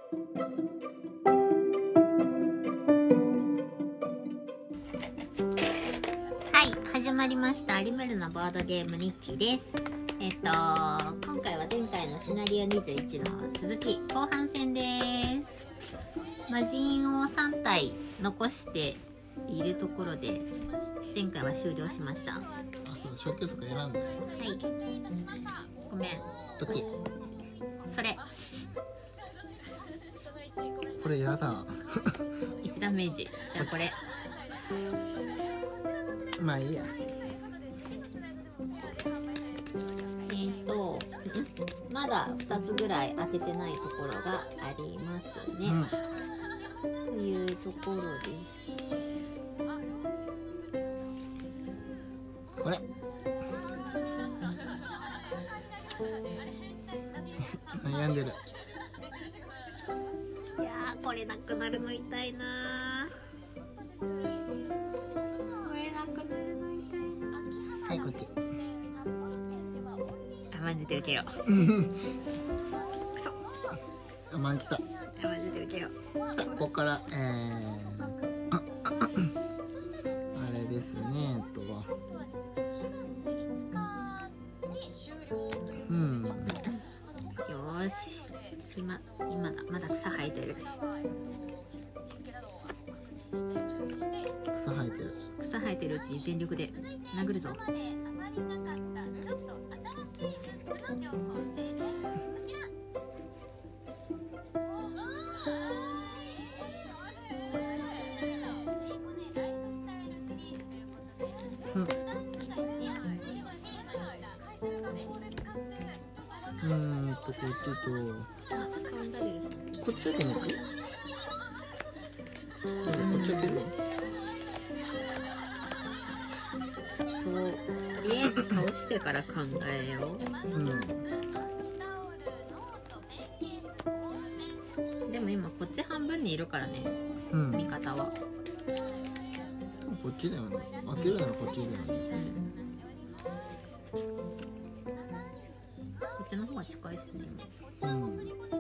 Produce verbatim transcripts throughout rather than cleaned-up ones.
始まりましたリムルのボードゲーム日記です。えっと今回は前回のシナリオにじゅういちの続き後半戦です。魔人をさん体残しているところで前回は終了しました。 あ、そう、消去則選んで。はい。 ごめん。 どっち？ それ。 これやだ。 いちダメージ。じゃあこれ。 まあいいや。 えーと、まだふたつぐらい当ててないところがありますね。うん、というところです。 これ。悩んでる。 いやー、これなくなるの痛いなー。 はい、こっち。 甘んじて受けよう。くそ。 甘んじた。 甘んじて受けよう。 さあ、ここから、えー、あ, あれですね、えっと。うん。 よーし。今、今だ、まだ草生えてる。 草生えてる。 草生えてるうちに全力で殴るぞ。 うん、うーんとこっちとこっちだけ抜く？こっち開ける？ とりあえず倒してから考えよう。 うん。 でも今こっち半分にいるからね。 うん。 味方は。 こっちだよね。開けるならこっちだよね。 うん。こっちの方が近いですね。うん。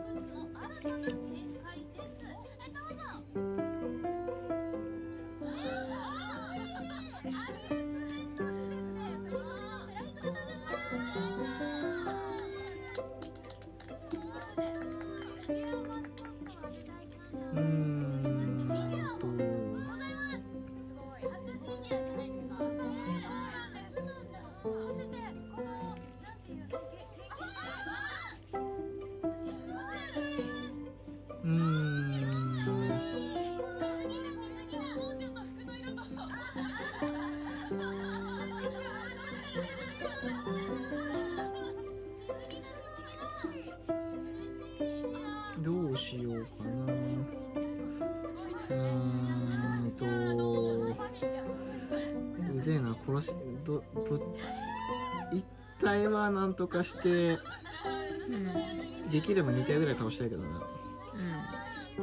どうしようかな。うーんとうぜえな。殺しどど一体はなんとかして、うん、できればに体ぐらい倒したいけどな、うん、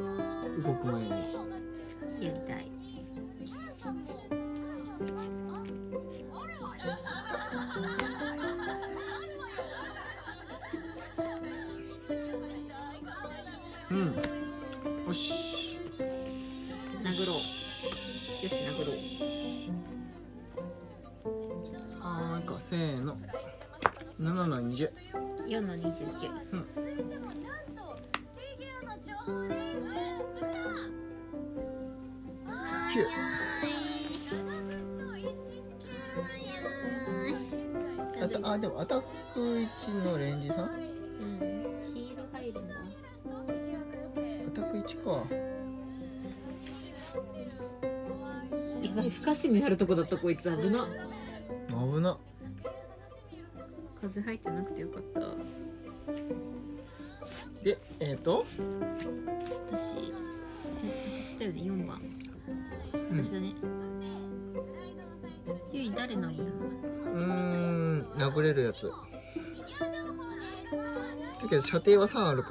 動く前にやりたい。 うん。よし。 殴ろう。よし、殴ろう。 あーいか、せーの。ななのにじゅう。 よんのにじゅうきゅう。うん。 きゅう。あた、あ、でもアタックいちのレンジさん？うん。 ヒール入るんだ。 アタックいちか。 やばい、不可視になるとこだった。こいつ危な。 危な。 風入ってなくてよかった。 で、えっと私、私だよね、よんばん。私だね。ゆい、誰のいいの？ うーん、殴れるやつ。だけど射程はさんあるから。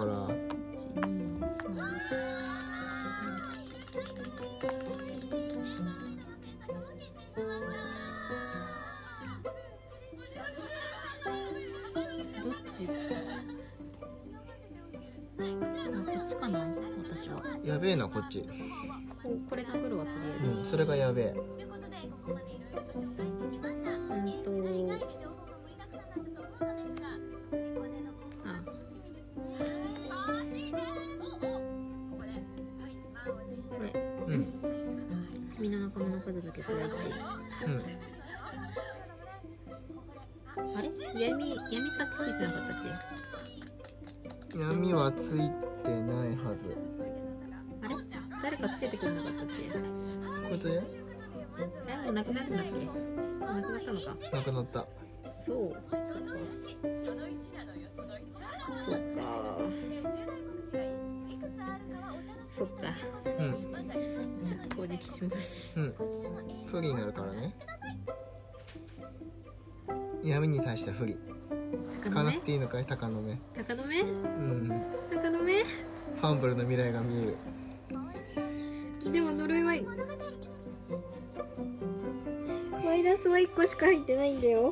こっちかな私は。 やべえなこっち。 ここれ殴るわとりあえず。 うん、それがやべえ。 うんとあこれうん。 君の仲間の数だけプライチ。 うん。 あれ闇闇さっきついてなかったっけ？ 闇はついてないはず。 あれ誰かつけてくれなかったっけ？ こいつね。 えもうなくなるんだっけ？なくなったのか。 なくなった。 そうそっかそっかそっか。 うん。 ちょっと攻撃します。 うん。不利になるからね。闇に対しては不利。使わなくていいのかい、鷹の目。 鷹の目？ うん。 鷹の目？ ファンブルの未来が見える。 でも呪いはマイナスはいっこしか入ってないんだよ。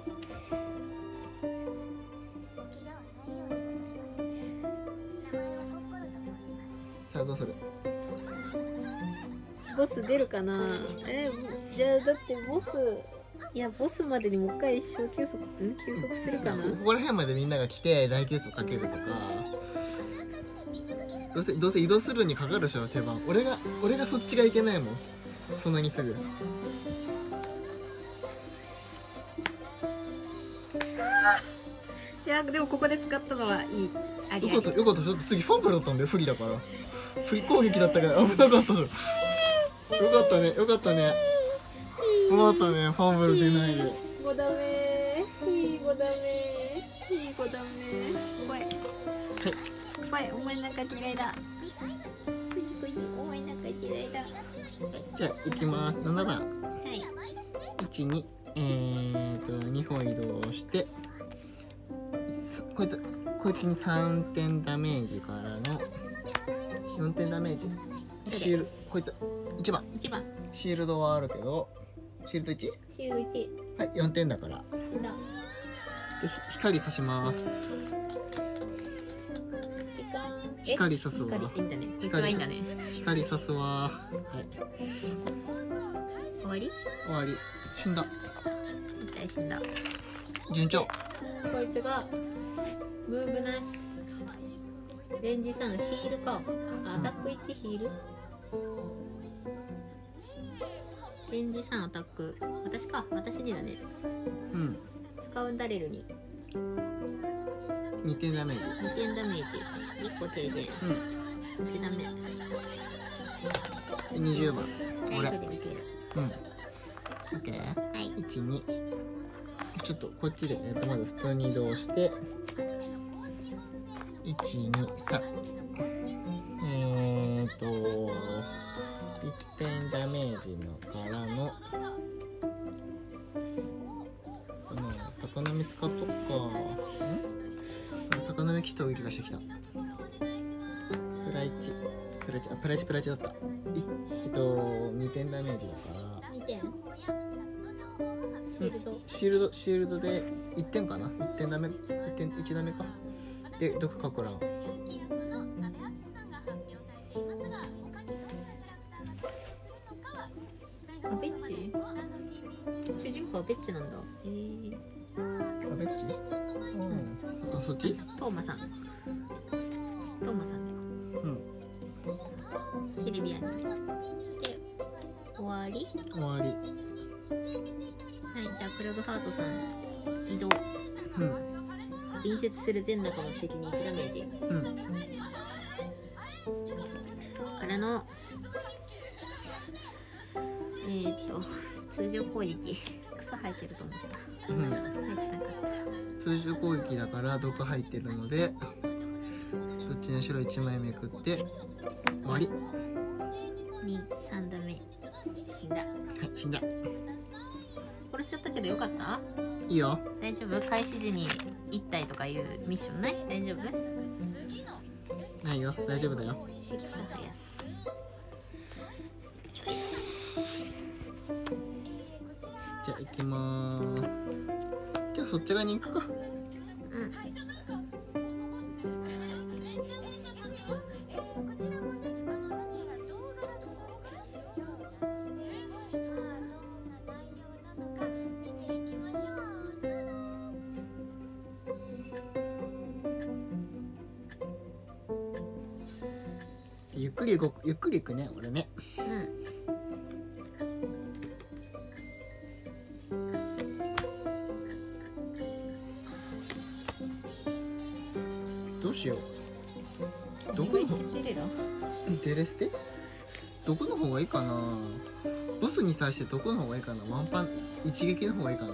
さあどうする？ ボス出るかな。えじゃあだってボスいやボスまでにもう一回小休息ん休息するかな。 ここら辺までみんなが来て大休息かけるとか。どうせどうせ移動するにかかるでしょ手番。俺が俺がそっちがいけないもん。そんなにすぐ。 いやでもここで使ったのはいい。ありあり。 よかったよかった。ちょっと次ファンブルだったんだよ。不利だから不利攻撃だったから危なかったじゃん。よかったねよかったねよかったね。ファンブル出ないで。 ごダメいいごダメいいごダメ。怖い怖い。お前なんか嫌いだ。お前なんか嫌いだ。 じゃあ行きます。ななばん。 はい。 いちにえーとにほん移動してこいつこいつにさんてんダメージからのよんてんダメージ。シールこいついちばん。 いちばん。 シールドはあるけどシールド いち？ シールドいち。 はいよんてんだから死んだ。 で光さします。光さすわ。 光いいんだね。こいつはいいんだね。 光さすわ。はい終わり？ 終わり。死んだ。 一体死んだ。 順調。 こいつがムーブなし。レンジさんヒールか。あアタックいちヒール。レンジさんアタック。私か。私にだね。 うんスカウンダレルににてんダメージ。 にてんダメージ。いっこ停電。 うんいちダメ。 でにじゅうばんライ俺。 フで受ける。 うん。オッケー。 はい。 いち、に。ちょっとこっちで、えっと、まず普通に移動して。いち、に、さん。えーっと。いってんダメージのからの。まあ、高波使っとくか。ん。高波来たウイルがしてきた。プライチ。プライチ、あ、プライチプライチだった。いえっと、にてんダメージだから。 にてん。シールド。 シールド、シールドでいってんかな ?いってんダメ、いってん、いちダメか。で、毒かくらん。 あ、ベッチ主人公はベッチなんだ。えー、 あ、ベッチ？うん。あ、そっち？ トーマさん。トーマさんだよ。 うん。 テレビアニメ。で、終わり？ 終わり。 はい、じゃあクラブハートさん移動。 うん。 隣接する全中の敵にいちダメージ。 うん。 からのえーっと通常攻撃。草生えてると思った。 うん。 入ってなかった。 通常攻撃だから毒入ってるので、どっちの白いちまいめくって終わり。 に、さんダメ。死んだ。 はい、死んだ。 殺しちゃったけどよかった？ いいよ。 大丈夫？開始時にいったいとかいうミッションない？大丈夫？ ないよ、大丈夫だよ。 よし。 じゃあ行きまーす。じゃあそっち側に行くか。 うん。 ゆっくり動く、ゆっくり行くね俺ね。 うんどうしよう。どこの方デレステどこの方がいいかな。ボスに対してどこの方がいいかな。ワンパン一撃の方がいいかな。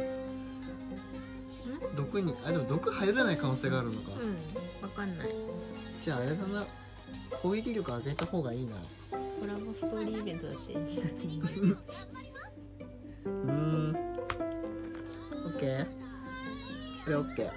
毒にあでも毒入らない可能性があるのか。 うん分かんない。 じゃああれだな、攻撃力上げた方がいいな。 コラボストーリーイベントだってにがつにじゅうにちうーん OK これ OK。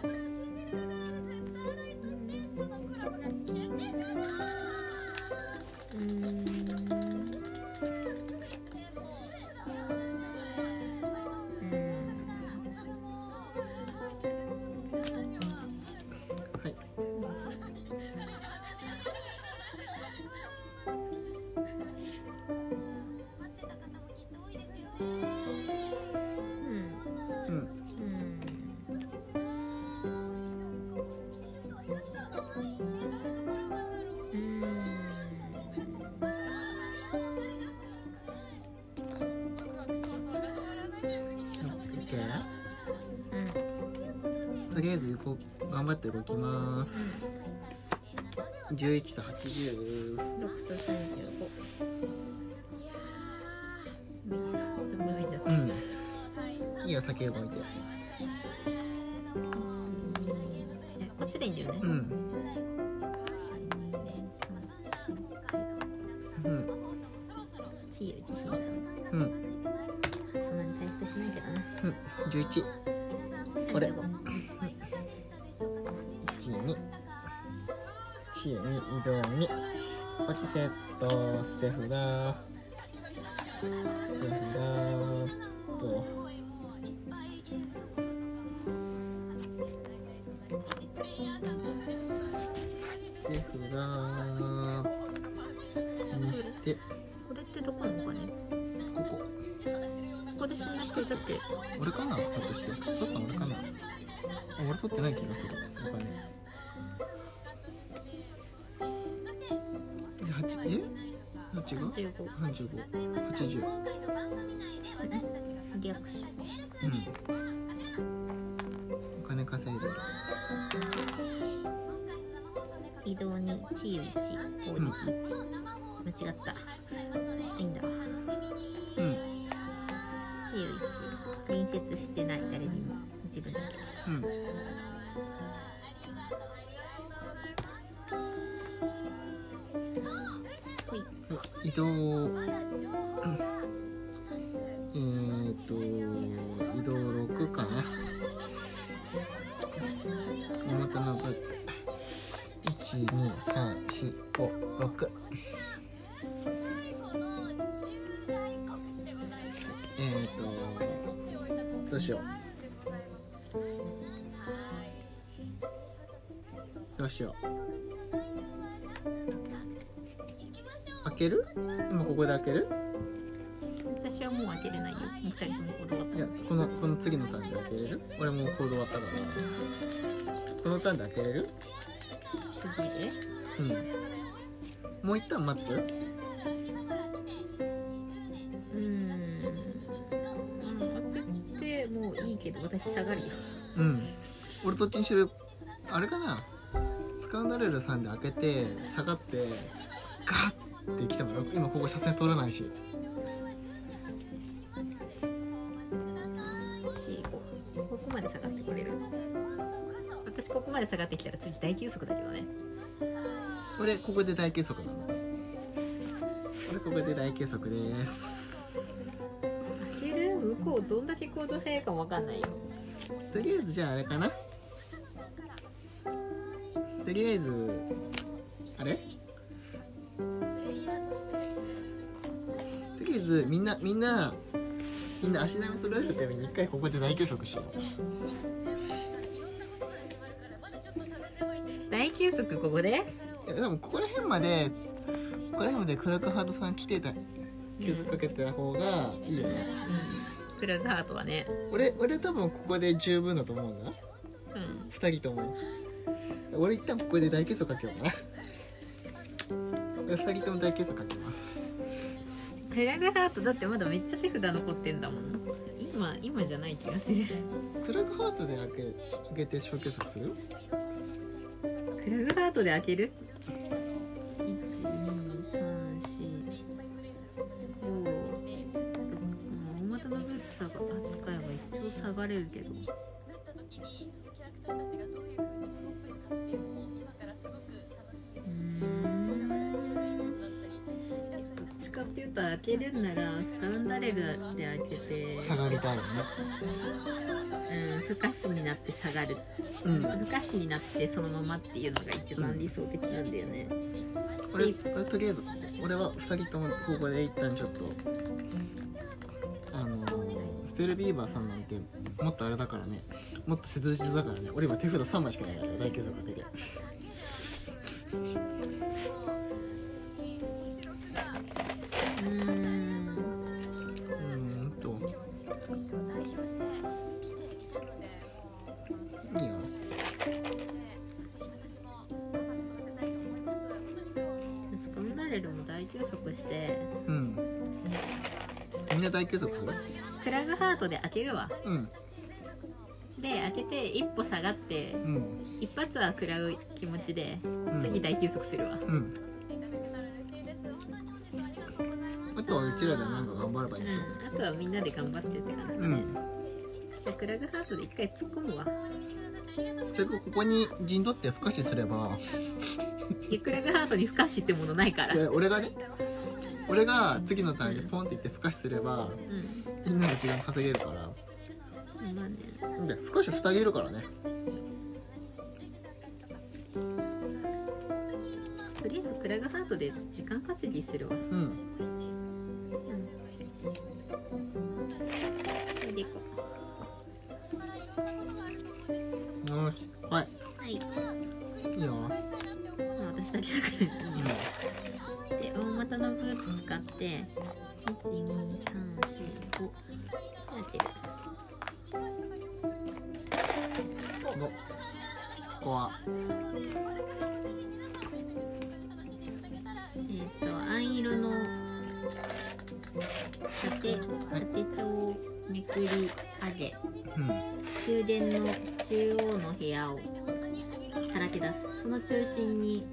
とりあえず動頑張って動きます、うん、じゅういちとはちじゅうろくとさんじゅうごむずいんだって、 うん、いいよ先動いて。 えこっちでいいんだよね。 うんうんチーユ自信さん。 うんそんなに回復しないけどな。 うんじゅういちこれいちにチーに移動にこっちセット捨て札捨て札と捨て札にしてこれってどこなのかね。 ここここで死んだ人いたっけ。 俺かなひょっとして取った俺かなあ俺取ってない気がするお金ではちえはちがさんじゅうごさんじゅうごはちじゅうリアクション。 うんお金稼いでる。 移動にチーユいち攻撃いち、うん、間違ったいいんだわ。 うんチーユいち隣接してない誰にも自分だけ。 うん移動、うん、えーっと移動ろくかな。根元のブツいちにさんしごろくえーっとどうしようどうしよう開ける？今ここで開ける？ 私はもう開けれないよ。二人とも行動終わった。 いやこのこの次のターンで開けれる？俺もう行動終わったからこのターンで開けれる？ 次で？ うんもう一旦待つ？ うーん開けてもういいけど私下がるよ。 うん俺どっちにしろあれかなスカウンダレルさんで開けて下がってガッって来ても今ここ車線通らないしここまで下がってこれる。私ここまで下がってきたら次大休息だけどね。 俺ここで大休息なの。俺ここで大休息です。 開ける？向こうどんだけ行動早いかもわかんないよ。 とりあえずじゃああれかなとりあえずあれとりあえずみんなみんなみんな足並み揃えるために一回ここで大休息しよう。 大休息ここで？ いやでもここら辺までここら辺までクラークハードさん来てた休息かけてた方がいいよね。 うん、クラークハートはね。 俺俺多分ここで十分だと思うぞ。 うん。 二人とも。俺一旦ここで大休息かけようかな。 ふたりとも大計算かけます。 クラグハートだってまだめっちゃ手札残ってんだもん。今今じゃない気がする。 クラグハートで開け開けて小計測する？ クラグハートで開ける？いち、に、さん、し、ご、ろく、大股のブーツさが使えば一応下がれるけど。っていうと開けるんならスカウンダレルで開けて下がりたいよね。 うん、不可視になって下がる、うん、不可視になってそのままっていうのが一番理想的なんだよね。 これ、これとりあえず俺はふたりともここで一旦ちょっとあのー、スペルビーバーさんなんてもっとあれだからね、もっと切実だからね。俺今手札さんまいしかないから大計測かけてうーんうーんといいよ。 スカンダレルも大休息して、 うん、みんな大休息する？ クラグハートで開けるわ。うん。で開けて一歩下がって、うん、一発は食らう気持ちで、うん、次大休息するわ。うん。 あとはうちらでなんか頑張ればいい、うん、 あとはみんなで頑張ってって感じだね、うん、じゃあクラグハートで一回突っ込むわ。 それかここに陣取って不可視すればいやクラグハートに不可視ってものないから。 俺がね俺が次のターンでポンっていって不可視すれば、うん、みんなの時間稼げるから、うんまあね、で不可視ふたりいるからね。 とりあえずクラグハートで時間稼ぎするわ。うん。うん、それでいこう。よし、はい。 はい。 いいよ。 私だけだからね。うん、で、大股のブーツ使って、いち、に、さん、し、ご。やってる。 ご。ここは。 えっと、藍色の縦、縦丁をめくり上げ、うん、宮殿の中央の部屋をさらけ出す。その中心に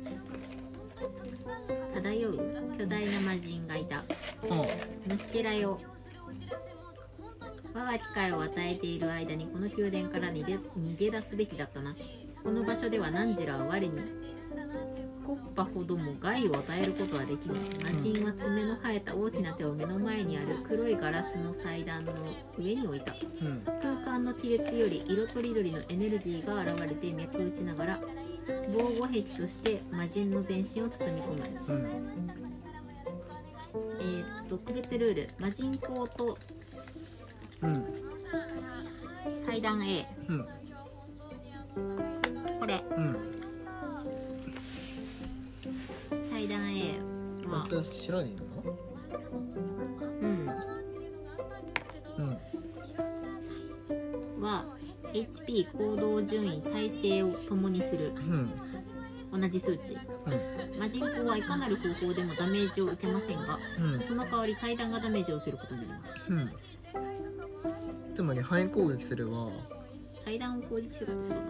漂う巨大な魔人がいた。虫けらよ、我が機会を与えている間にこの宮殿から逃げ、逃げ出すべきだったな。この場所では汝らは我にコッパほども害を与えることはできない。魔人は爪の生えた大きな手を目の前にある黒いガラスの祭壇の上に置いた、うん、空間の亀裂より色とりどりのエネルギーが現れて脈打ちながら防護壁として魔人の全身を包み込む、うん、えー、特別ルール、魔人口と、うん、祭壇 A、うん、これ、うん、祭壇 A は白でいいのかな。うんうんは エイチピー 行動順位耐性を共にする、うん、同じ数値、うん、魔人口はいかなる方法でもダメージを受けませんが、うん、その代わり祭壇がダメージを受けることになります、うん、 つまり範囲攻撃すれば祭壇を攻撃することだ。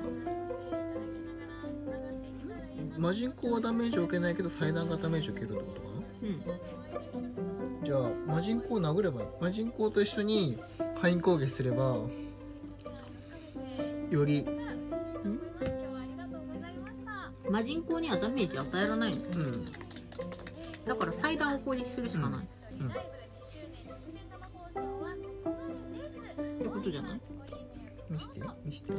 魔人口はダメージを受けないけど祭壇がダメージを受けるってことかな、うん、じゃあ魔人口を殴ればいい。魔人口と一緒に範囲攻撃すればより魔人口にはダメージ与えらないの、うん、だから祭壇を攻撃するしかない、うんうん、ってことじゃない？ 見して見して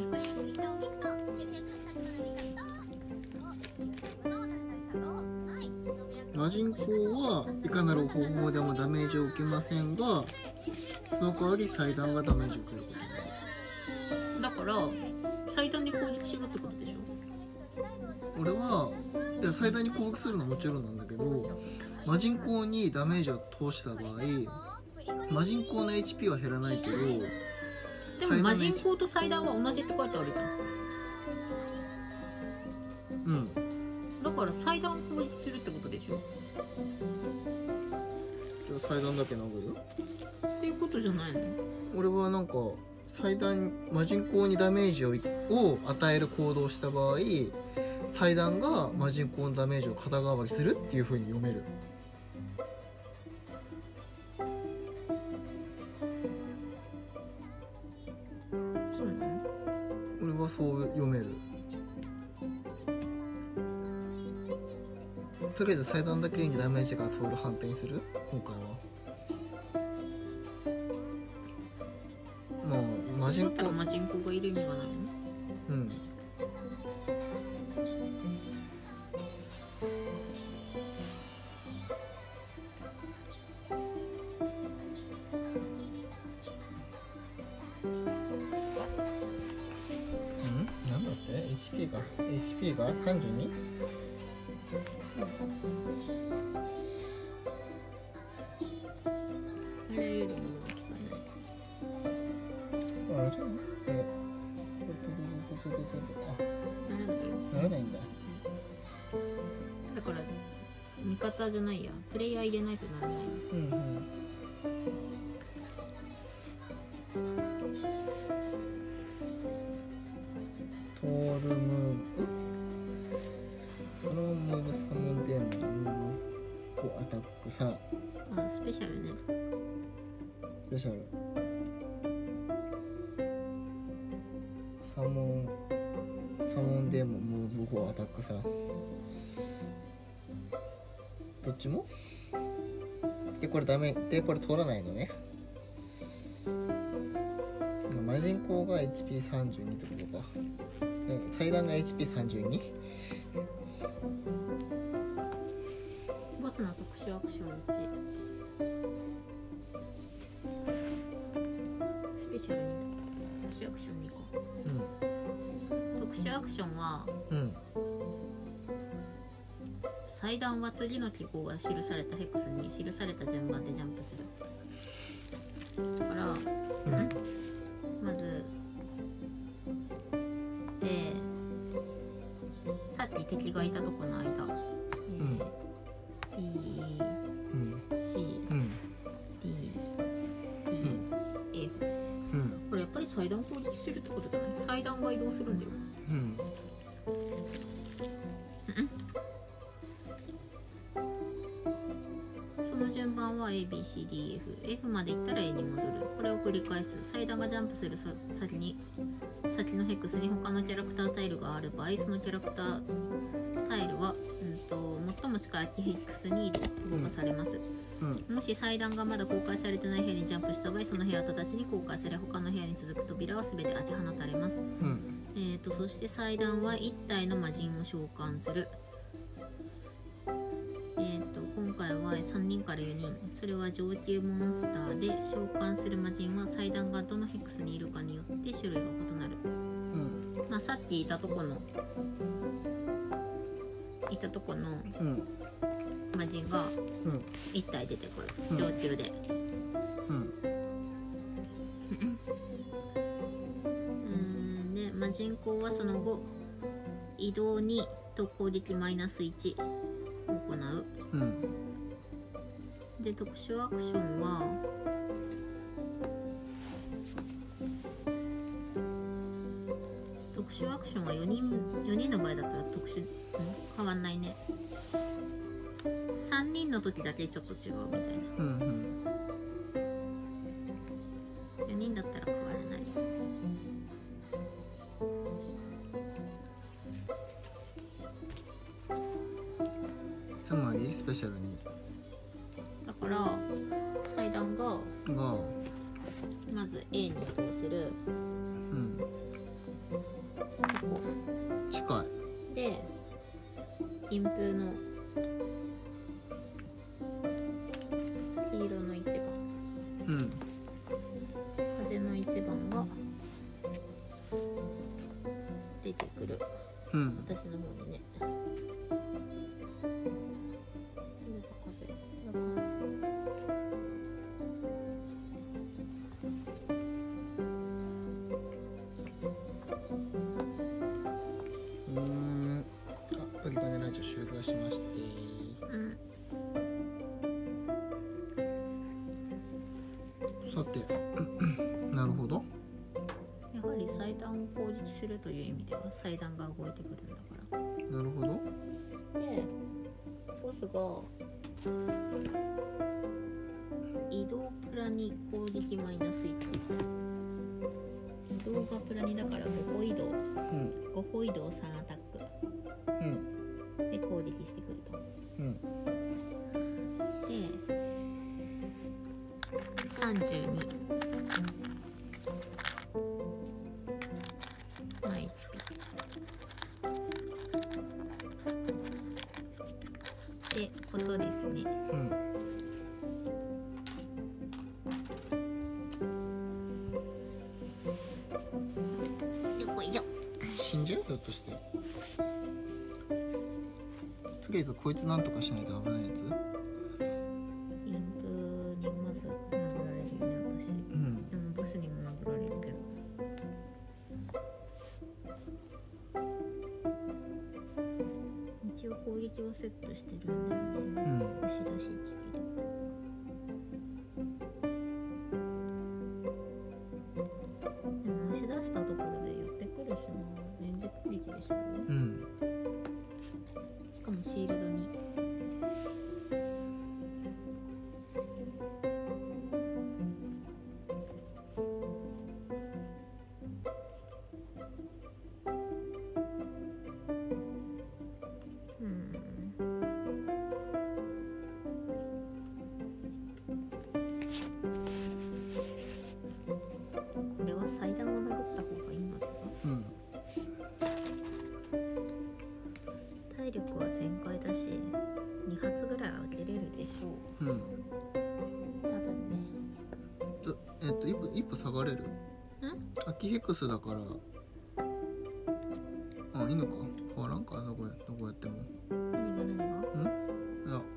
魔人口はいかなる方法でもダメージを受けませんが、その代わり祭壇がダメージを受けることになる。 だから祭壇に攻撃しろってことでしょ。 俺はいや祭壇に攻撃するのはもちろんなんだけど、魔人口にダメージを通した場合魔人口の エイチピー は減らないけど、 でも魔人口と祭壇は同じって書いてあるじゃん。うん。だから祭壇を攻撃するってことでしょ。 祭壇だけ殴るっていうことじゃないの？ 俺はなんか祭壇魔人公にダメージをを与える行動をした場合、祭壇が魔人公のダメージを肩代わりするっていう風に読める。 そうなの？ 俺はそう読める。とりあえず祭壇だけにダメージが通る判定にする今回は。まあ魔人だったら魔人公がいる意味がないの？ うん。なんだって エイチピー が エイチピー が さんじゅうに？ あらゆるものが効かない。 あれじゃんえならないよ。 ならないんだ。 だから味方じゃないや、プレイヤー入れないとならないよ。 うんうんトールムーブスロームーブサモンデーモンムーブアタックさんあ、スペシャルね。 スペシャルサモンサモンデーモンムーブフォーアタックさんどっちもでこれダメでこれ通らないのね。魔人公が エイチピーさんじゅうに ってことか。祭壇が エイチピーさんじゅうに。 ボスの特殊アクションいち、スペシャルに特殊アクションにか。特殊アクションは、 うんうん祭壇は次の記号が記されたヘクスに記された順番でジャンプする。だから、 うん、 まず A、さっき敵がいたとこの間、 うん、 A、B、 うん、 C、 うん、 D、 うん、 E、F、 うん、 これやっぱり祭壇攻撃するってことじゃない？祭壇が移動するんだよ。 うんその順番は A、B、C、D、F、F まで行ったら A に戻る。これを繰り返す。祭壇がジャンプする先に先のヘクスに他のキャラクタータイルがある場合、そのキャラクタータイルは、うんと、最も近いヘクスに動かされます。 うん、 もし祭壇がまだ公開されてない部屋にジャンプした場合、その部屋と直ちに公開され、他の部屋に続く扉は全て当て放たれます。 うん、 えーと、そして祭壇はいち体の魔人を召喚する。えーと、今回はさんにんからよにん。それは上級モンスターで召喚する魔人は祭壇がどのヘクスにいるかによって種類が異なる。 うん、 まあ、さっきいたとこのいたとこのうん、 魔人がうん、 いち体出てくうんる。上級で。 うん、 うんで魔人公はその後移動にと攻撃マイナスいちを行う。 うん、 で特殊アクションは特殊アクションはよにんよにんの場合だったら特殊ん変わんないね。さんにんの時だけちょっと違うみたいな。 うん、 よにんだったら変わらない。 つまりスペシャルにだから祭壇ががまず A に移動する。 うんこ近いこで陰風の黄色のいちばん、 うん風のいちばんが出てくる。 うん私の方にね。 うーんあ、ポリゴネラジオ終了しました。 てなるほど。 やはり祭壇を攻撃するという意味では祭壇が動いてくるんだから。 なるほど。 でボスが移動プラに攻撃マイナスいち、移動がプラにだからごこ移動、うん、ごこ移動さんアタック、うん、で攻撃してくると、うん、でさんじゅうにの エイチピー ってことですね、うん、 死んじゃう？ひょっとして。とりあえずこいつなんとかしないと危ないやつ。 インプにまず殴られるよね私、うん、でもボスにも殴られるけど、一応攻撃はセットしてるんだよね、うん、押し出しスキル。でも押し出したところで寄ってくるしな、レンジ攻撃でしょ、うん、しかもシールドに下がれる？ん？秋ヘクスだから。あ、いいのか。変わらんか。どこやどこやっても。 何が何が？ん？ いや。こ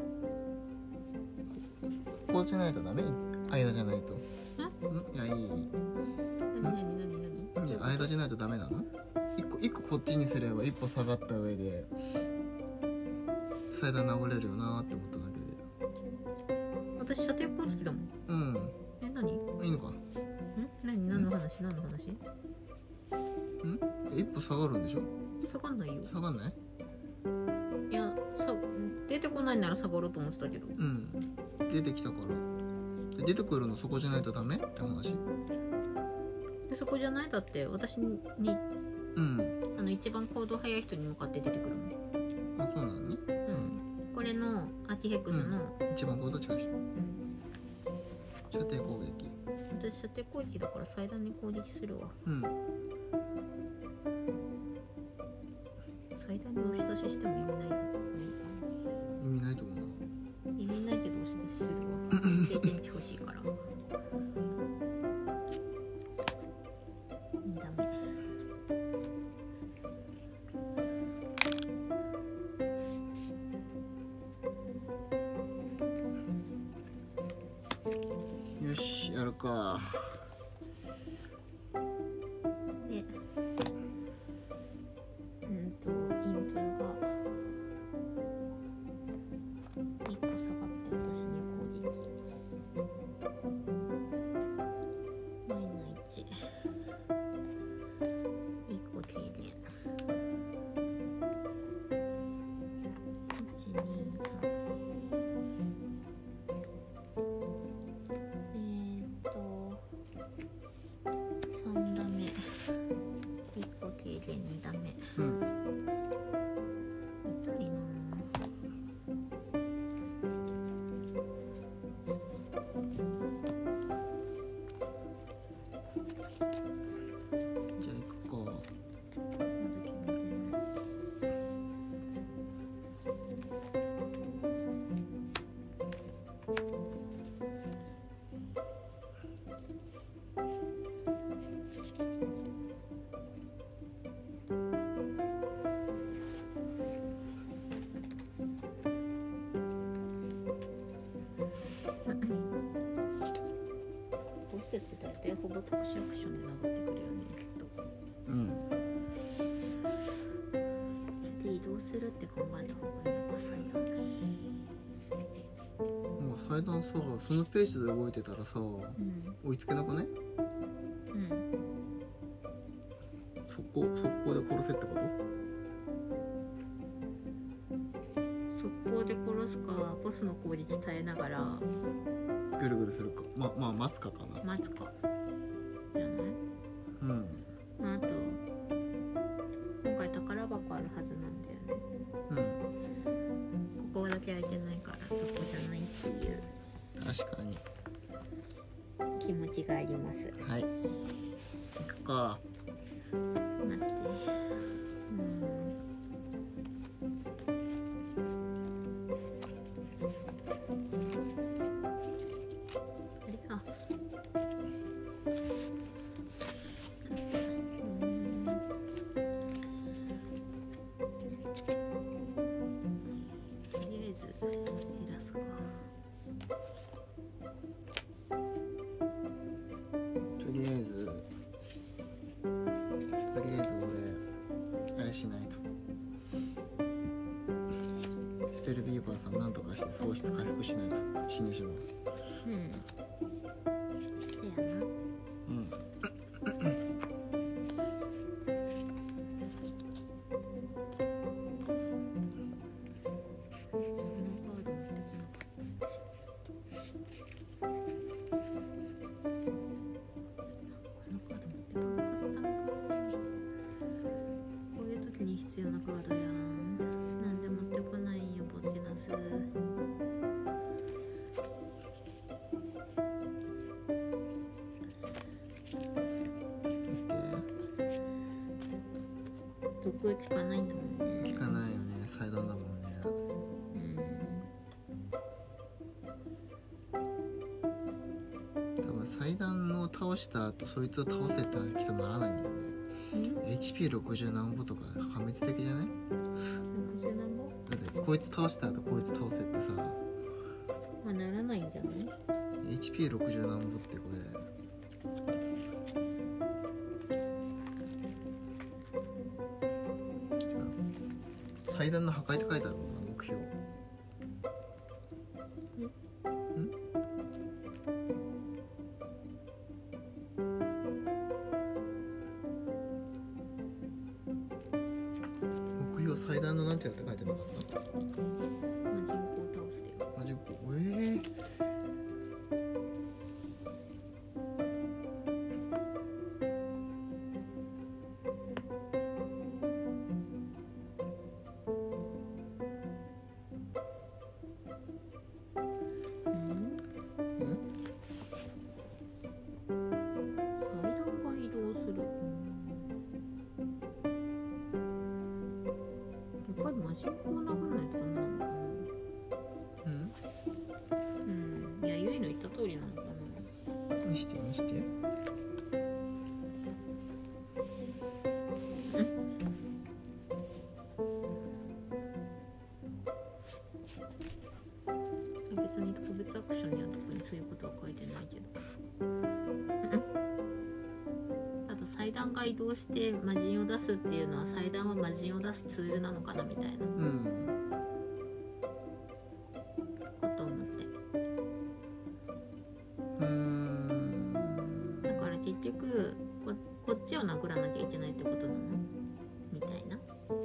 ここじゃないとダメ。間じゃないと。ん？いやいい。 何何何何？ いや間じゃないとダメなの？一個一個こっちにすれば一歩下がった上で祭壇殴れるよなって思っただけで。 私射程攻撃だもん。 うん。 え、何？ いいのか。 何何の話何の話？ん？ 一歩下がるんでしょ？ 下がんないよ。 下がんない？ いや、さ出てこないなら下がろうと思ってたけど。 うん。出てきたから。で出てくるのそこじゃないとダメって話？ でそこじゃないだって私に、うん、あの一番行動早い人に向かって出てくるもん。あ、そうなのね。 うん。これのアキヘクスの、 うん、一番行動近い人。うん、射程攻撃。 私射程攻撃だから祭壇に攻撃するわ。 うん。 祭壇に押し出ししても意味ないよね。 意味ないと思うな。 意味ないけど押し出しするわ。経験値欲しいから。に打目。 よし、やるか。 で、うんとインプがいっこ下がって私に攻撃マイナいち、いっこ軽減、いちにさん、に打目、うん、痛いな。 じゃあ行くか。 まだ決めてない。って大体ほぼ特殊アクションで殴ってくるよねきっと。 うん。 それで移動するって考えた方がいいのか祭壇。 もう祭壇さそのペースで動いてたらさ、 うん、 追いつけなくね？ うん。 速攻速攻で殺せってこと？ 速攻で殺すかボスの攻撃耐えながらぐるぐるするか、ままあ待つかかな。 待つかじゃない？ うん。 あと今回宝箱あるはずなんだよね。うん。ここだけ開いてないからそこじゃないっていう確かに気持ちがあります。 はい。行くか。 待って。うん。 スペルビーバーさんなんとかして喪失回復しないと死んでしまう。 うんせやな。 うんこういう時に必要なカードやん。なんで持ってこないんよボッチナス。毒効かないんだもんね。 効かないよね、祭壇だもんね。うん多分祭壇を倒した後そいつを倒せってきっとならないんだよね。エイチピーろくじゅう 何歩とか破滅的じゃない？ ろくじゅう何歩？ だってこいつ倒した後こいつ倒せってさ、 まあならないんじゃない？ エイチピーろくじゅう 何歩ってこれ祭壇の破壊って書いてあるもんな、目標。ん？目標祭壇のなんてやって書いてなかった？ 魔人公倒すでよ。 魔人公、ええー。 魔人公殴んないとダメなのかな。 うんうんいやゆいの言った通りなのかな。 見して見して別に個別アクションには特にそういうことは書いてないけど、あと祭壇が移動して魔人を出すっていうのは祭壇は魔人を出すツールなのかなみたいなことを思って、 うんうんだから結局 こ, こっちを殴らなきゃいけないってことなのみたいな。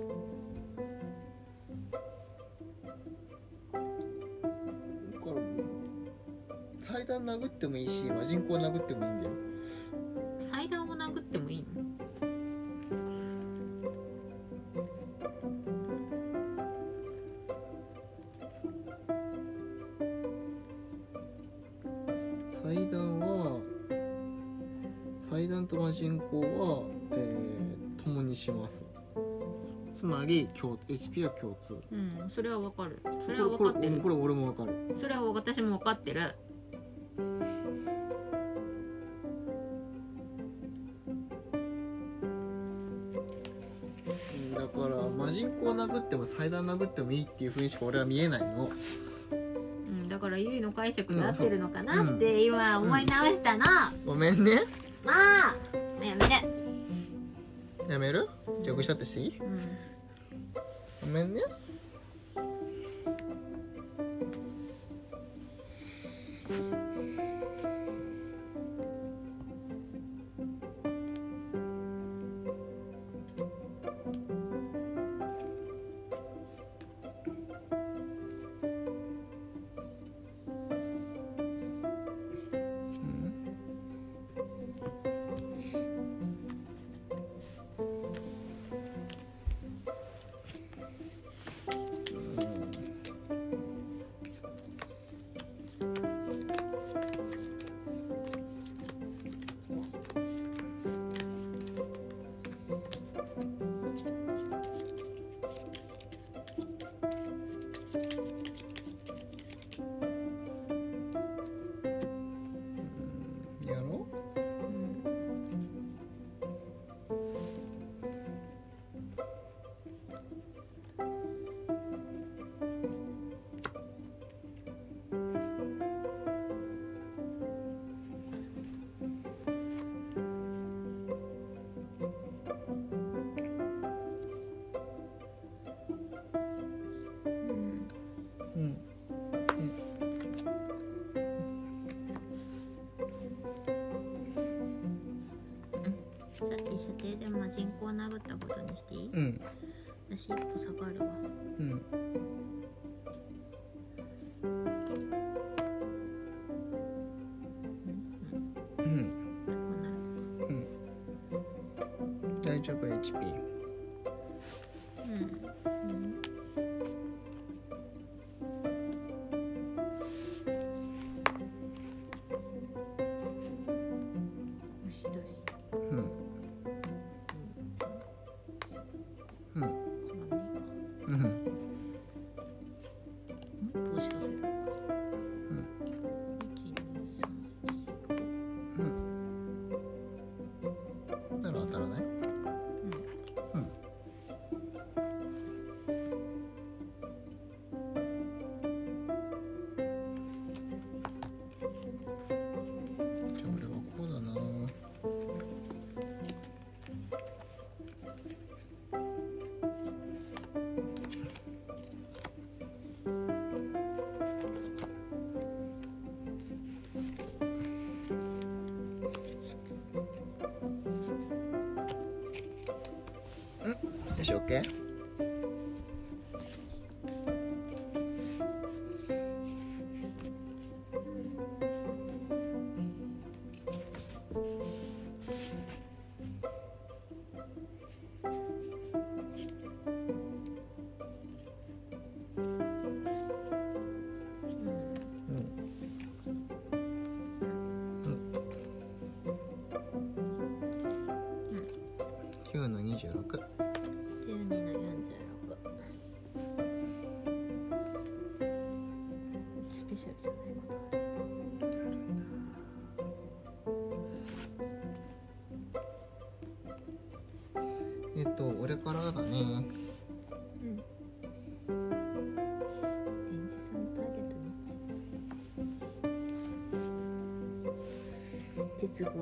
祭壇殴ってもいいし魔人公殴ってもいいんだよ。 祭壇を殴ってもいいの？ 祭壇は祭壇と魔人公は、えー、共にします。つまり エイチピー は共通。 うんそれはわかる。それは分かってる。 これ、これ、これ俺もわかる。 それは私も分かってる。 だから魔人公殴っても祭壇殴ってもいいっていう風にしか俺は見えないの。 うん、だからゆいの解釈で合ってるのかなって今思い直したの、 うん、ごめんね。 まあやめるやめる？じゃあぐしゃってしていい？うん、ごめんね。 こを殴ったことにしていい？ うん。 私一歩下がるわ。 うん。うん。大丈夫 エイチピー。 うん。 よし、オッケー。きゅうのにじゅうろく。 じゅうにのよんじゅうろく。スペシャルじゃないことあるんだ。 えっと俺からだね。 うん。電池さんターゲットに絶望。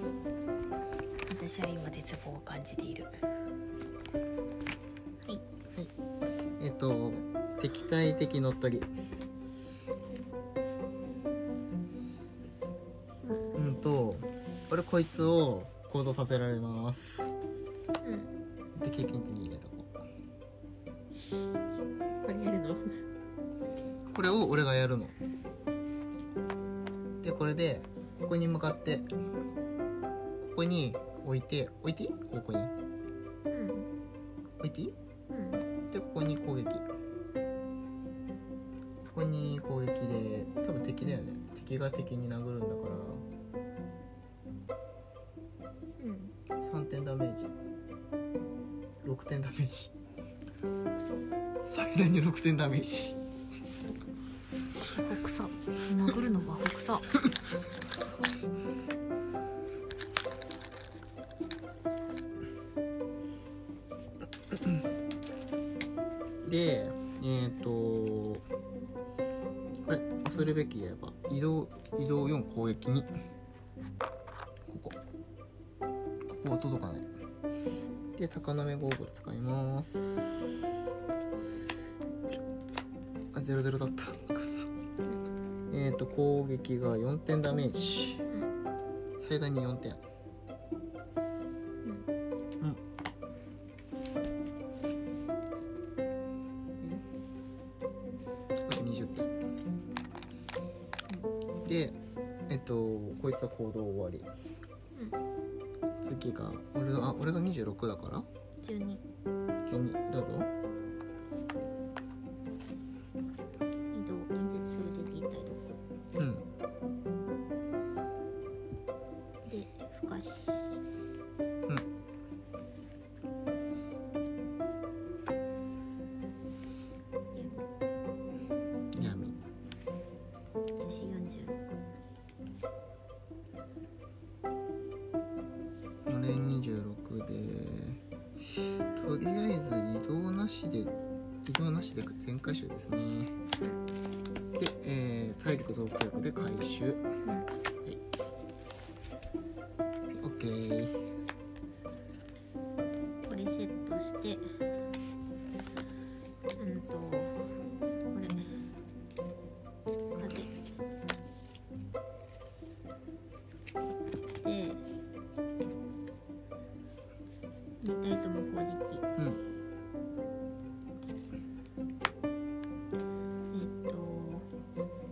私は今絶望を感じている。はい、はい、 えっと敵対的乗っ取り。うん、うんと俺こいつを行動させられます。うん。で経験値に入れとこう。これやるの？ これを俺がやるの。でこれでここに向かってここに置いて置いていい？ここに。うん。置いていい？うん。でここに攻撃。ここに攻撃で多分敵だよね。敵が敵に殴るんだから。うん。さんてんダメージ。ろくてんダメージ。最大にろくてんダメージ。 北さ。殴るのは北さ。 で、えっとこれするべき言えば移動移動よん攻撃にここここは届かない。で高波ゴーグル使います。あゼロゼロだったくそ。えっと攻撃がよんてんダメージ、最大によんてん。で、えっとこいつは行動終わり。うん、次が俺があ俺がにじゅうろくだからじゅうに。 じゅうにどうぞ。 移動演説する敵一体どこ？うん。でふかし。うん。 闇。 私よんじゅうろく。 俺にじゅうろくでとりあえず移動なしで移動なしで全回収ですね。で、えー、体力増強で回収。はい。オッケー。 これセットして、うんとこれ風。で。に体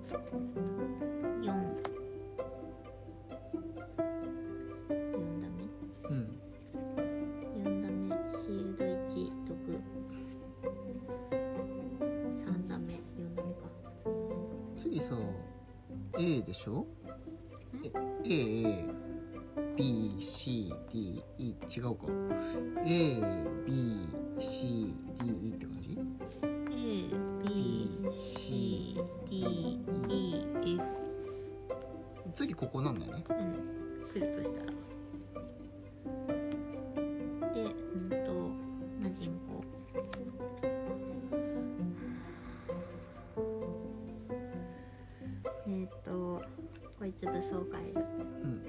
よん、よんダメ、 うんよんダメ、シールドいち、毒さんダメ、よんダメか。 次さ A でしょ。え A B C D E 違うか。 A B C D E って感じ。 A B C D E F。 次ここなんだよね。 うん来るとしたらで、うんと魔人公えっ、ー、とこいつ武装解除。 うん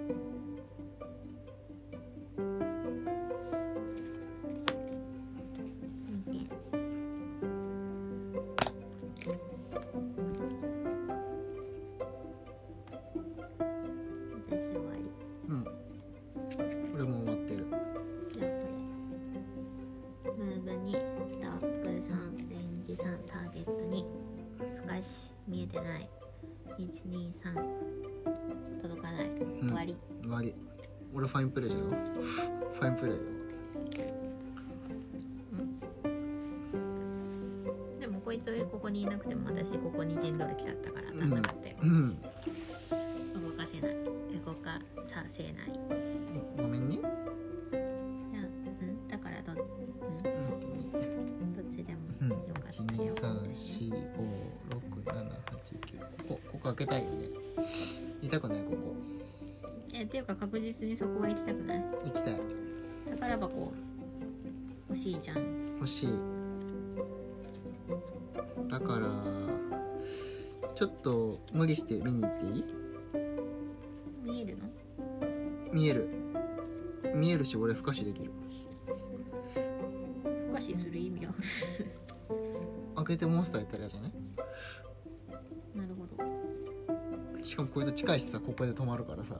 にてん私終わり。 うんこれも終わってる。 じゃあこれムーブにダークさん、レンジさん、ターゲットに不可視見えてない、いちにさん届かない、終わり。 終わり。俺ファインプレーじゃん。ファインプレーだ。でもこいつここにいなくても私ここに陣取る気だったからなんなかったよ、 うん、うん、 動かせない、動かさせない。 ごめんね。 いや、うんだからど、うん、どっちでもよかったよ。 いちにさんよんごろくななはちきゅう、ここここ開けたいよね。痛くないここ。 えっていうか確実にそこは行きたくない？ 行きたい。 宝箱欲しいじゃん。 欲しい。だからちょっと無理して見に行っていい？ 見えるの？ 見える見えるし、俺不可視できる。 不可視する意味ある開けてモンスターやったら嫌じゃない？ なるほど。 しかもこいつ近いしさ、ここで止まるからさ。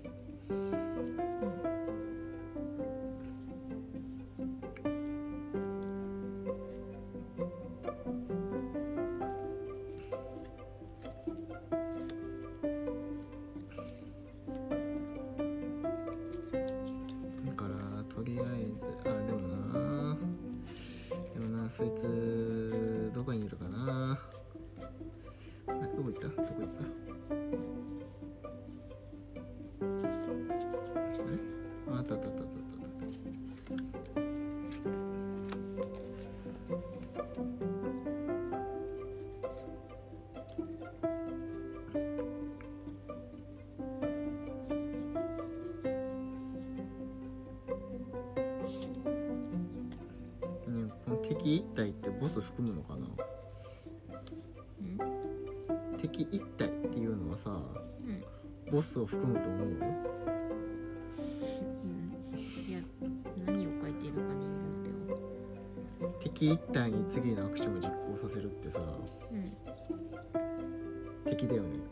そいつどこにいるかな。あれどこ行ったどこ行ったあれあったあったあったあったあったね。この敵一体ってボス含むのかな。敵一体っていうのはさ、うん、ボスを含むと思う？うん、 いや、何を書いているかによるのでは。 敵一体に次のアクションを実行させるってさ、うん、敵だよね、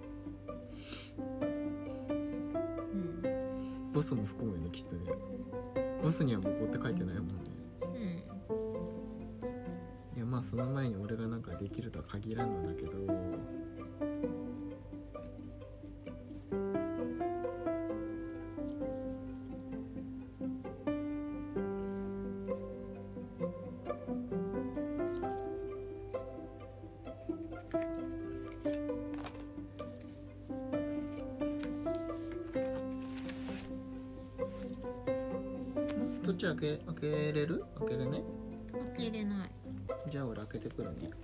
うん、ボスも含むよねきっとね。ボスには向こうって書いてないもんね。いや、まあその前に俺がなんかできるとは限らんのだけど、どっち開け、開けれる？開けれね？ 開けれない。 じゃあ俺開けてくるね。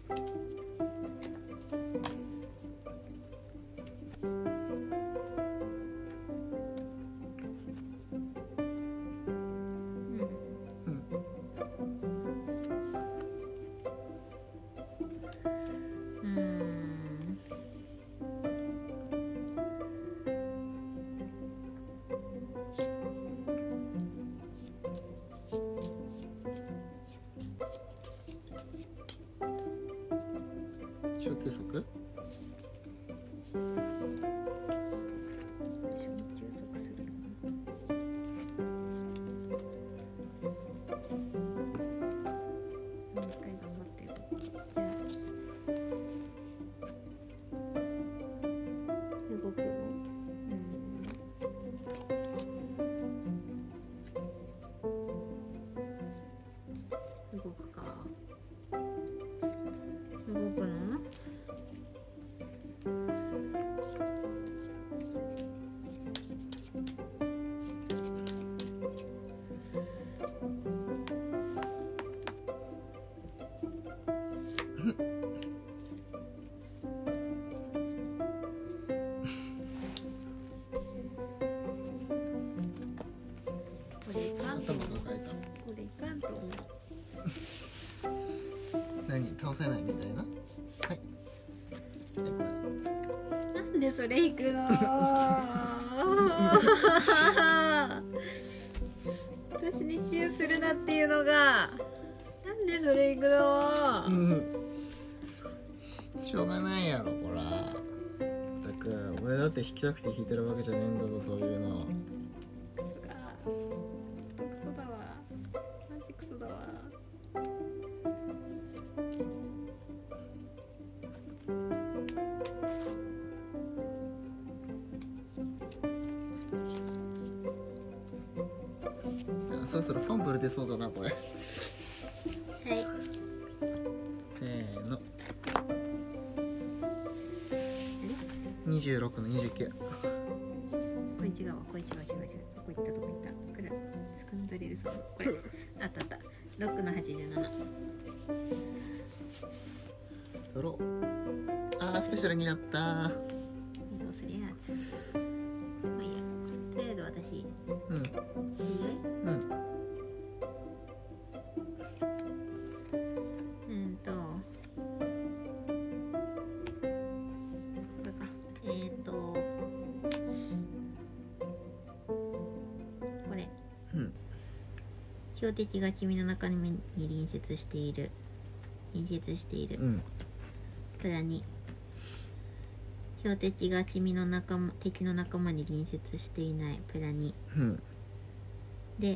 小休息？ 小休息する。もう一回頑張ってよ。 でそれ引くの私にチューするなっていうのがなんでそれ引くの、うん、 しょうがないやろこら。だから俺だって引きたくて引いてるわけじゃねえんだぞそういうの。 クソがクソだわマジクソだわ。 そろそろファンブル出そうだなこれ。はい。せーの。にじゅうろくのにじゅうきゅう。 これ違うわこれ違う違う違う。どこ行ったどこ行った。これスカンドリルソンこれあったあった。ろくのはちじゅうなな。 ドロー。あースペシャルになった。 移動するやつ。まあいいや。とりあえず私。 うん。いいよ。うん。 標的が君の中に隣接している隣接している、うん、プラに標的が君の仲間敵の仲間に隣接していないプラに、うん、で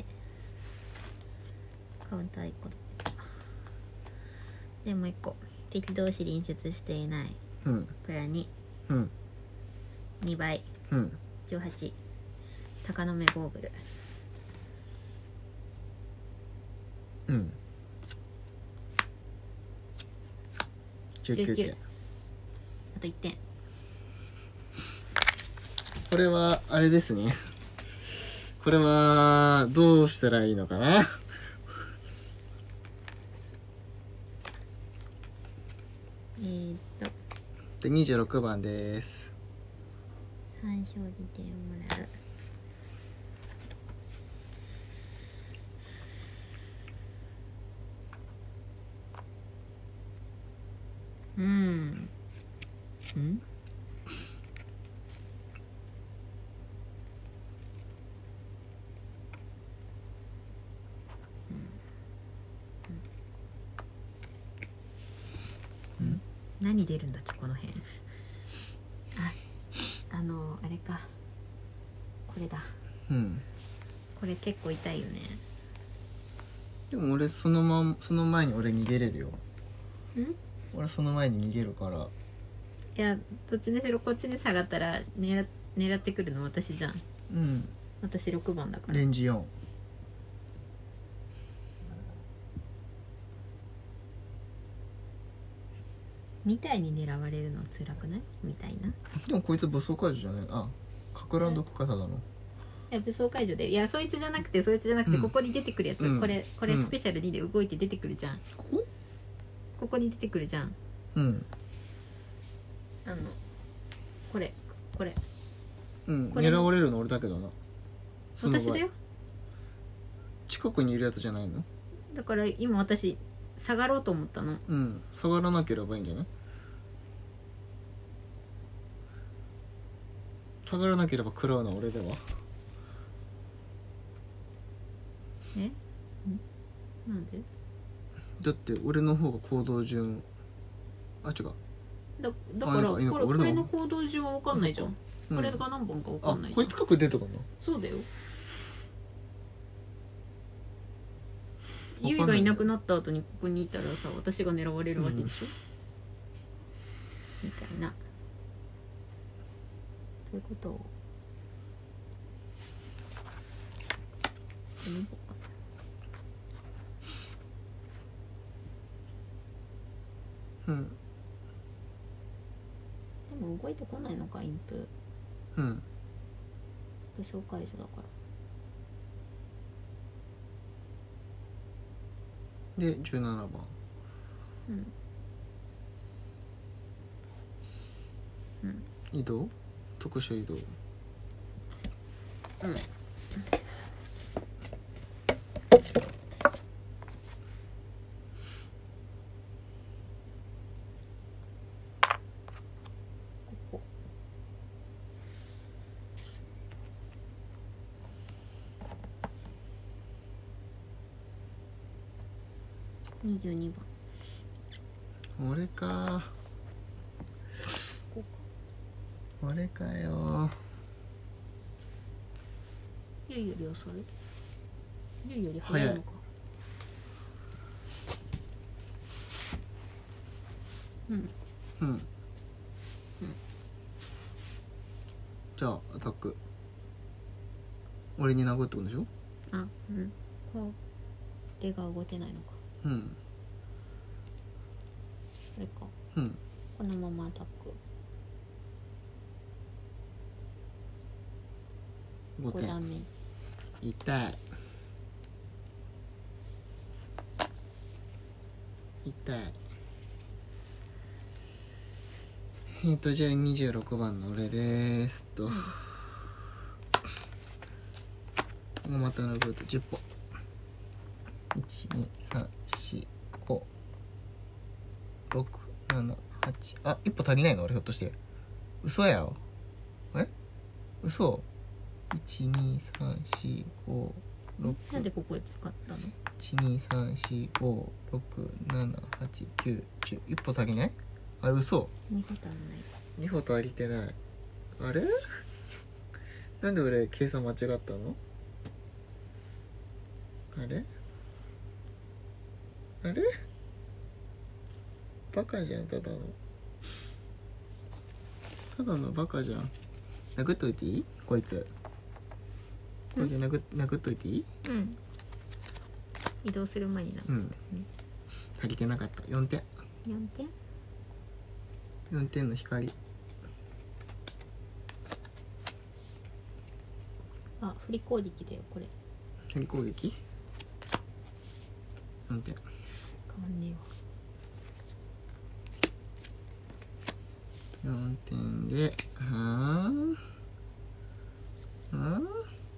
カウンターいっこだでもういっこ敵同士隣接していない、うん、プラに、うん、にばい、うん、じゅうはち鷹の目ゴーグルうん、じゅうきゅうてん。 あといってん。 これはあれですね。これはどうしたらいいのかな。 えーっとでにじゅうろくばんです。 さん勝利点もらう。うん。うん。うん。何出るんだっけこの辺。あ、あのあれか。これだ。うん。これ結構痛いよね。 でも俺そのまその前に俺逃げれるよ。 ん？ 俺その前に逃げるから。 いやどっちにしろこっちに下がったら狙、狙ってくるの私じゃん。うん。私ろくばんだから。 レンジよん。 みたいに狙われるのは辛くない？みたいな。 でもこいつ武装解除じゃない？あ、かく乱読かただの。 いや武装解除で、いやそいつじゃなくてそいつじゃなくて、うん、ここに出てくるやつ、うん、これこれスペシャルにで動いて出てくるじゃん。ここ？ここに出てくるじゃん。うん。あのこれこれ。 うん。これ狙われるの俺だけどな。 私だよ。 近くにいるやつじゃないの？ だから今私下がろうと思ったの。 うん。下がらなければいいんじゃない？下がらなければ食らうのは俺では。 え？ん？なんで？ だって俺の方が行動順、あ違う。 だだからこれこれの行動順は分かんないじゃん。うん、これが何本か分かんないじゃん。 あ、これ近く出てくるの？ そうだよ。ユイがいなくなった後にここにいたらさ、私が狙われるわけでしょ、うん、みたいな。ということをうん。 でも動いてこないのかインプ。うん。武装解除だから。 でじゅうななばん。うん。うん。移動？特殊移動。うん。 にじゅうにばん。 俺かこうか。 俺かよ。 ゆいより遅い？ゆいより早いのか。うんうん、 うん、 じゃあアタック俺に殴ってことでしょ。 あ、うん、これが動けないのか。 うん、 これか。 うん、 このままアタック。 ごてん。 ご段目。 痛い痛い。えっとじゃあにじゅうろくばんの俺ですと、うん、またのブートじゅっぽん。いちにさんしごろくななはち。あ、いっぽ足りないの俺ひょっとして。嘘やろ。あれ嘘。いちにさんしごろく。 なんでここで使ったの？ いちにさんしごろくななはちきゅうじゅう。いっぽ足りない？あれ嘘。 にほ足りない。 にほ足りてない。あれなんで俺計算間違ったの？あれあれバカじゃん、ただのただのバカじゃん。殴っといていい？こいつこれで殴っ殴っといていい？ うん。移動する前にな。 うん、足りてなかった。よんてん。 よんてん。 よんてんの光。 あ、振り攻撃だよこれ。 振り攻撃よんてん。 変わんねえわ。 よんてんで、はぁはぁ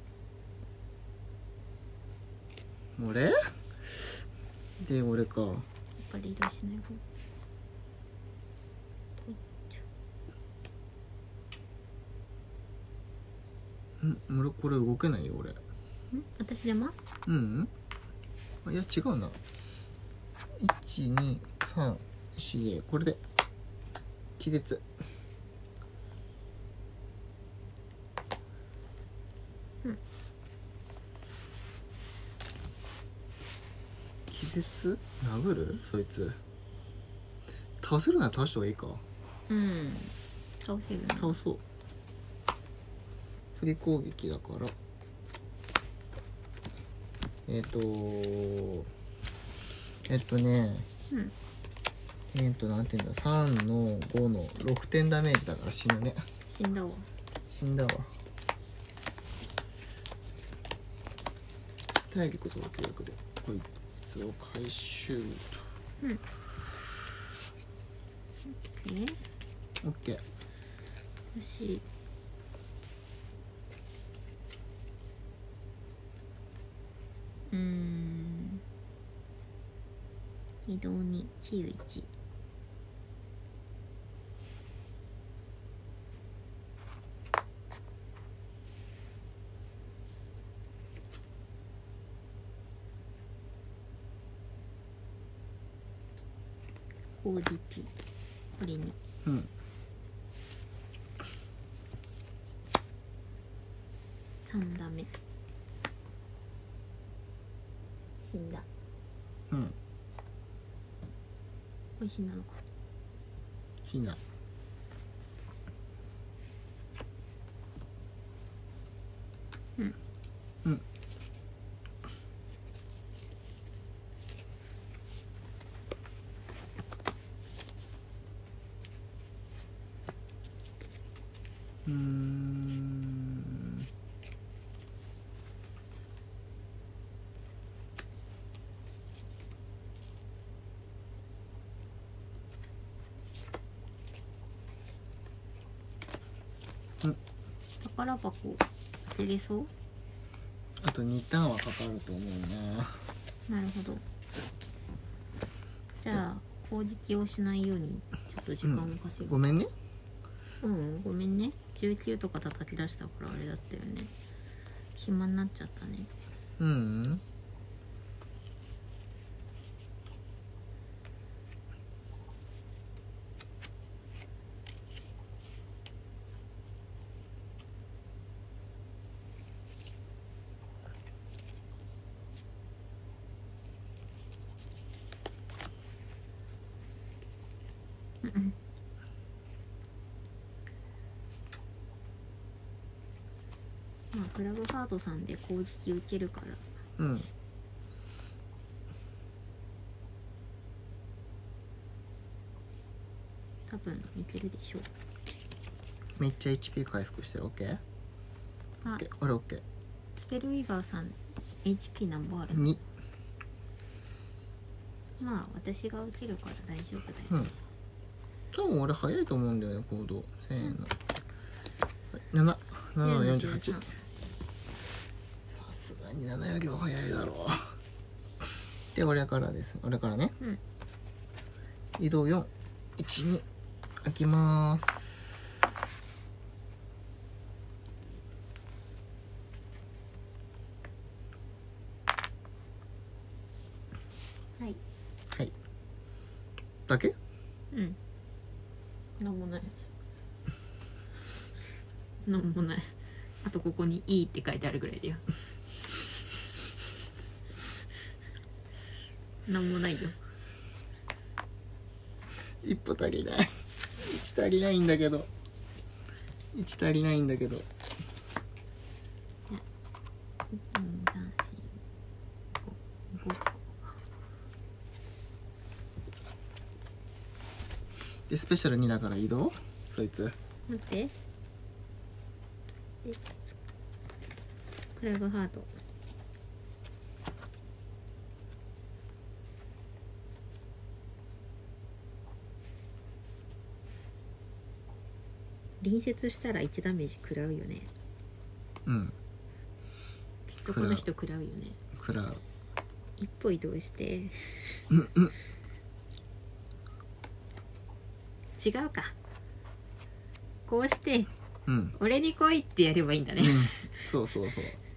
俺で俺か。 やっぱり移動しない方。 ん俺これ動けないよ俺。 ん私邪魔？ うん、いや違うな。いちにさんしでこれで気絶。 うん。 気絶殴る？そいつ倒せるなら倒した方がいいか。 うん。倒せるな。 倒そう。振り攻撃だからえっ、ー、とえっとねうんえっ、ー、となんていうんだ、さんのごのろくてんダメージだから死ぬね。 死んだわ。 死んだわ。体力増強力でこいつを回収と。 うん。オッケー。 オッケー。 よし。うーん。移動に治癒いち。攻撃これに。 うん。 さんダメ。死んだ。 うん。 これ死んだのか。 死んだ。 うんうん。うーん。うん。 宝箱当てれそう？ あとにターンはかかると思うな。 なるほど。じゃあ攻撃をしないようにちょっと時間を稼ぐ、 うん、ごめんね。 うん、ごめんね。じゅうきゅうとか叩き出したからあれだったよね。暇になっちゃったね。 うん。 まあクラブハードさんで攻撃受けるから、 うん多分いけるでしょう。 めっちゃ エイチピー 回復してる。 OK？ あ、 俺 OK。 スペルウィーバーさん エイチピー 何本あるの？ に。 まあ私が受けるから大丈夫だよ、 うん多分俺早いと思うんだよね行動。せーの、なな、ななのよんじゅうはち。さすがにななよりは早いだろう。で俺からです。俺からね、 うん、 移動よん、いち、に開きまーす。 はいはいだけ。 うん、なんもないなんもない。あとここに「いい」って書いてあるぐらいだよなんもないよ。 一歩足りない。いち足りないんだけどいち足りないんだけどいちにさんしごごでスペシャルにだから移動。そいつ待ってクラブハート隣接したらいちダメージ食らうよね。 うんきっとこの人食らうよね。 食らう。 一歩移動してうんうん違うか、こうしてうん俺に来いってやればいいんだね、 うんそうそうそう